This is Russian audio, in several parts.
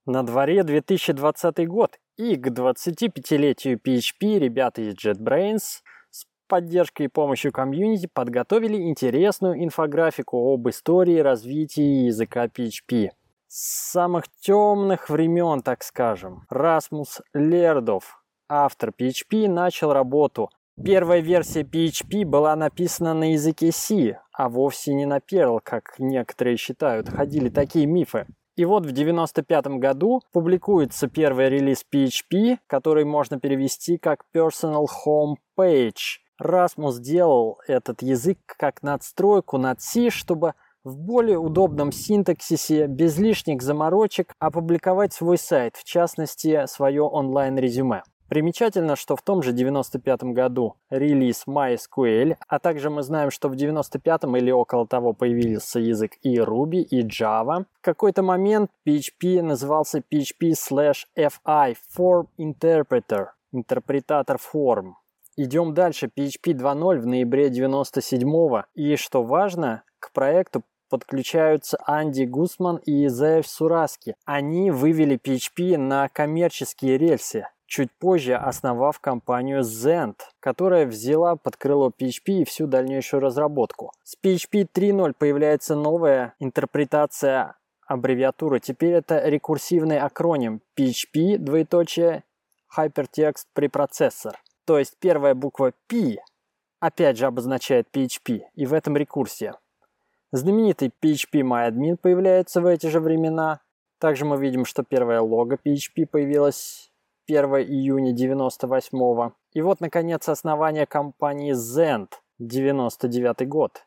На дворе 2020 год, и к 25-летию PHP ребята из JetBrains с поддержкой и помощью комьюнити подготовили интересную инфографику об истории развития языка PHP. С самых темных времен, так скажем, Расмус Лердов, автор PHP, начал работу. Первая версия PHP была написана на языке C, а вовсе не на Perl, как некоторые считают, ходили такие мифы. И вот в 1995 году публикуется первый релиз PHP, который можно перевести как Personal Home Page. Расмус делал этот язык как надстройку над C, чтобы в более удобном синтаксисе, без лишних заморочек, опубликовать свой сайт, в частности, свое онлайн-резюме. Примечательно, что в том же 1995 году релиз MySQL, а также мы знаем, что в 1995 или около того появился язык и Ruby, и Java. В какой-то момент PHP назывался PHP/FI Form Interpreter, интерпретатор форм. Идем дальше, PHP 2.0 в ноябре 1997, и, что важно, к проекту подключаются Анди Гусман и Заев Сураски. Они вывели PHP на коммерческие рельсы, чуть позже основав компанию Zend, которая взяла под крыло PHP и всю дальнейшую разработку. С PHP 3.0 появляется новая интерпретация аббревиатуры. Теперь это рекурсивный акроним PHP, Hypertext Preprocessor. То есть первая буква P опять же обозначает PHP, и в этом рекурсия. Знаменитый PHP-MyAdmin появляется в эти же времена. Также мы видим, что первое лого PHP появилось 1 июня 1998. И вот, наконец, основание компании Zend, 1999 год.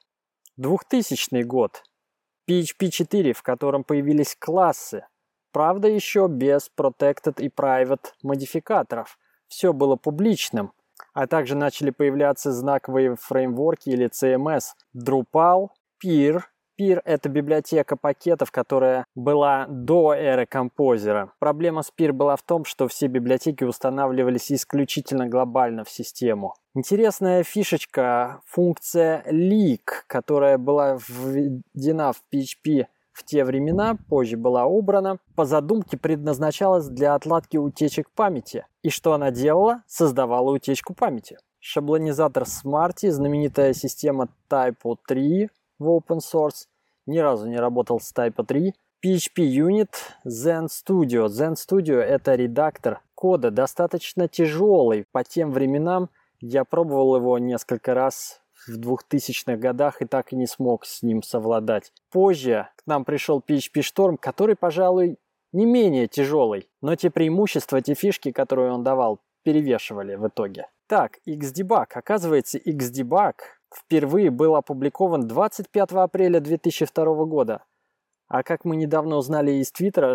2000 год. PHP 4, в котором появились классы. Правда, еще без Protected и Private модификаторов. Все было публичным. А также начали появляться знаковые фреймворки или CMS. Drupal, Pir. Pir — это библиотека пакетов, которая была до эры композера. Проблема с Pir была в том, что все библиотеки устанавливались исключительно глобально в систему. Интересная фишечка — функция leak, которая была введена в PHP в те времена, позже была убрана, по задумке предназначалась для отладки утечек памяти. И что она делала? Создавала утечку памяти. Шаблонизатор Smarty, знаменитая система Typo 3 в open source, ни разу не работал с Typo 3. PHP Unit, Zen Studio. Zen Studio — это редактор кода, достаточно тяжелый. По тем временам я пробовал его несколько раз в 2000-х годах и так и не смог с ним совладать. Позже к нам пришел PHP Storm, который, пожалуй, не менее тяжелый, но те преимущества, те фишки, которые он давал, перевешивали в итоге. Так, Xdebug. Оказывается, Xdebug впервые был опубликован 25 апреля 2002 года. А как мы недавно узнали из Твиттера,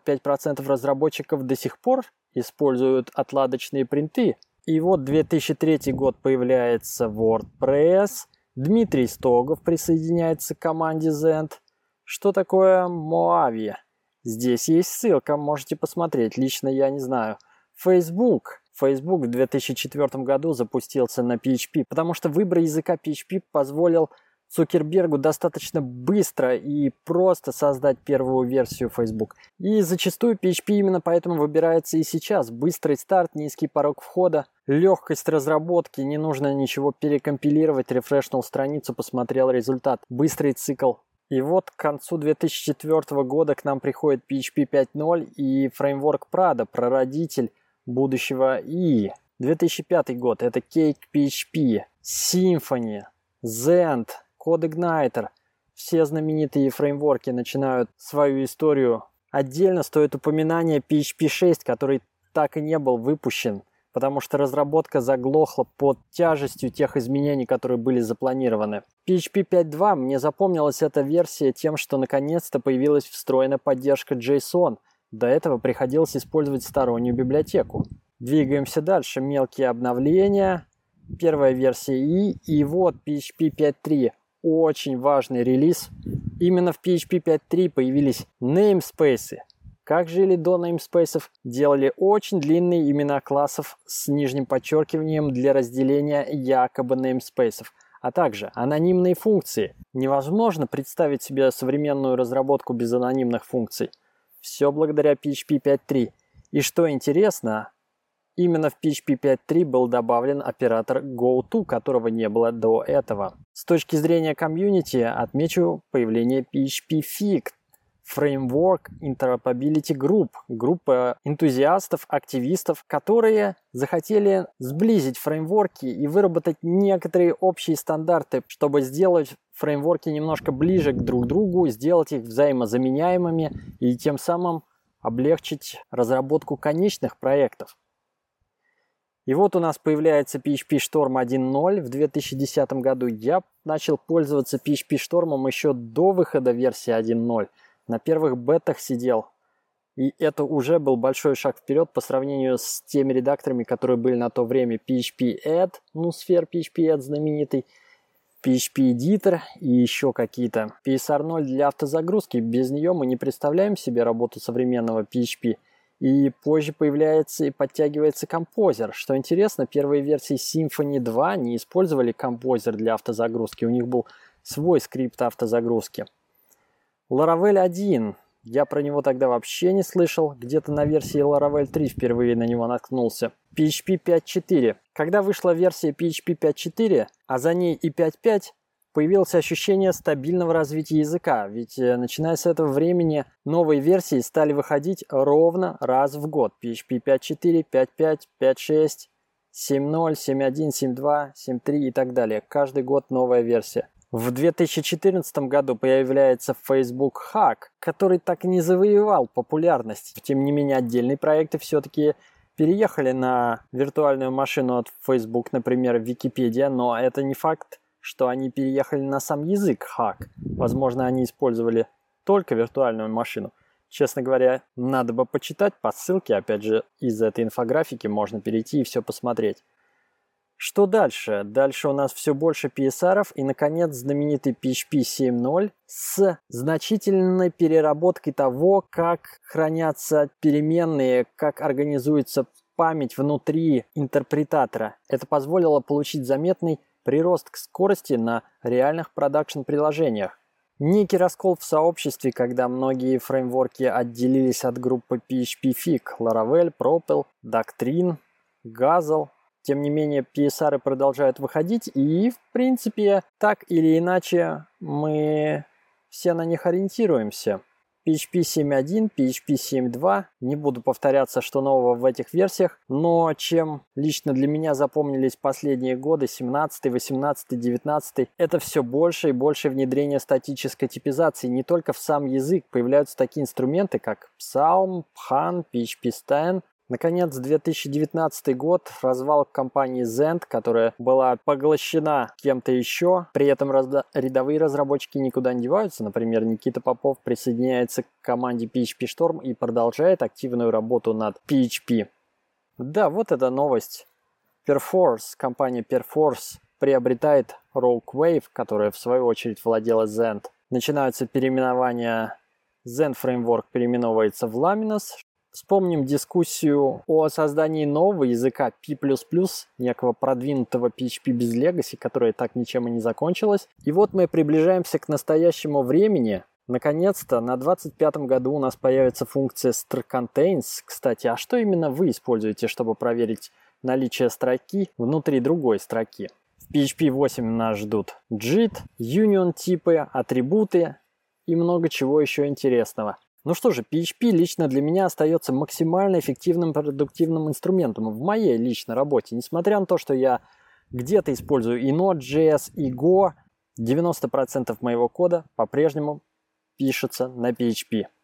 65% разработчиков до сих пор используют отладочные принты. И вот 2003 год появляется WordPress. Дмитрий Стогов присоединяется к команде Zend. Что такое Moavi? Здесь есть ссылка, можете посмотреть. Лично я не знаю. Facebook в 2004 году запустился на PHP, потому что выбор языка PHP позволил Цукербергу достаточно быстро и просто создать первую версию Facebook. И зачастую PHP именно поэтому выбирается и сейчас. Быстрый старт, низкий порог входа, легкость разработки, не нужно ничего перекомпилировать, рефрешнул страницу, посмотрел результат. Быстрый цикл. И вот к концу 2004 года к нам приходит PHP 5.0 и фреймворк Prado, прародитель будущего ИИ. 2005 год — это Cake PHP, Symfony, Zend, CodeIgniter. Все знаменитые фреймворки начинают свою историю. Отдельно стоит упоминание PHP 6, который так и не был выпущен, потому что разработка заглохла под тяжестью тех изменений, которые были запланированы. PHP 5.2, мне запомнилась эта версия тем, что наконец-то появилась встроенная поддержка JSON. До этого приходилось использовать стороннюю библиотеку. Двигаемся дальше. Мелкие обновления. Первая версия ИИ. И вот PHP 5.3. Очень важный релиз. Именно в PHP 5.3 появились namespace. Как жили до namespace? Делали очень длинные имена классов с нижним подчеркиванием для разделения якобы namespace, а также анонимные функции. Невозможно представить себе современную разработку без анонимных функций. Все благодаря PHP 5.3. И что интересно, именно в PHP 5.3 был добавлен оператор GoTo, которого не было до этого. С точки зрения комьюнити отмечу появление PHP Fig, Framework Interoperability Group, группа энтузиастов, активистов, которые захотели сблизить фреймворки и выработать некоторые общие стандарты, чтобы сделать фреймворки немножко ближе к друг другу, сделать их взаимозаменяемыми и тем самым облегчить разработку конечных проектов. И вот у нас появляется PHP Storm 1.0 в 2010 году. Я начал пользоваться PHP Storm еще до выхода версии 1.0. На первых бетах сидел. И это уже был большой шаг вперед по сравнению с теми редакторами, которые были на то время. PHP-Add, Sphere PHP-Add знаменитый, PHP-Editor и еще какие-то. PSR 0 для автозагрузки. Без нее мы не представляем себе работу современного PHP. И позже появляется и подтягивается Composer. Что интересно, первые версии Symfony 2 не использовали Composer для автозагрузки. У них был свой скрипт автозагрузки. Laravel 1. Я про него тогда вообще не слышал. Где-то на версии Laravel 3 впервые на него наткнулся. PHP 5.4. Когда вышла версия PHP 5.4, а за ней и 5.5, появилось ощущение стабильного развития языка. Ведь начиная с этого времени новые версии стали выходить ровно раз в год. PHP 5.4, 5.5, 5.6, 7.0, 7.1, 7.2, 7.3 и так далее. Каждый год новая версия. В 2014 году появляется Facebook Hack, который так и не завоевал популярность. Тем не менее, отдельные проекты все-таки переехали на виртуальную машину от Facebook, например, Википедия, но это не факт, что они переехали на сам язык Hack. Возможно, они использовали только виртуальную машину. Честно говоря, надо бы почитать по ссылке, опять же, из этой инфографики можно перейти и все посмотреть. Что дальше? Дальше у нас все больше PSR-ов и, наконец, знаменитый PHP 7.0 с значительной переработкой того, как хранятся переменные, как организуется память внутри интерпретатора. Это позволило получить заметный прирост к скорости на реальных продакшн-приложениях. Некий раскол в сообществе, когда многие фреймворки отделились от группы PHP Fig, Laravel, Propel, Doctrine, Gazelle. Тем не менее, PSR продолжают выходить, и, в принципе, так или иначе, мы все на них ориентируемся. PHP 7.1, PHP 7.2. Не буду повторяться, что нового в этих версиях, но чем лично для меня запомнились последние годы, 17, 18, 19, это все больше и больше внедрение статической типизации. Не только в сам язык появляются такие инструменты, как Psalm, Phan, PHP Stan. Наконец, 2019 год, развал компании Zend, которая была поглощена кем-то еще. При этом рядовые разработчики никуда не деваются. Например, Никита Попов присоединяется к команде PHP Storm и продолжает активную работу над PHP. Да, вот эта новость. Perforce, компания Perforce приобретает Rokewave, которая в свою очередь владела Zend. Начинаются переименования. Zend Framework переименовывается в Laminos. Вспомним дискуссию о создании нового языка P++, некого продвинутого PHP без Legacy, которая так ничем и не закончилась. И вот мы приближаемся к настоящему времени. Наконец-то на 25-м году у нас появится функция strContains. Кстати, а что именно вы используете, чтобы проверить наличие строки внутри другой строки? В PHP 8 нас ждут JIT, Union типы, атрибуты и много чего еще интересного. Ну что же, PHP лично для меня остается максимально эффективным продуктивным инструментом в моей личной работе. Несмотря на то, что я где-то использую и Node.js, и Go, 90% моего кода по-прежнему пишется на PHP.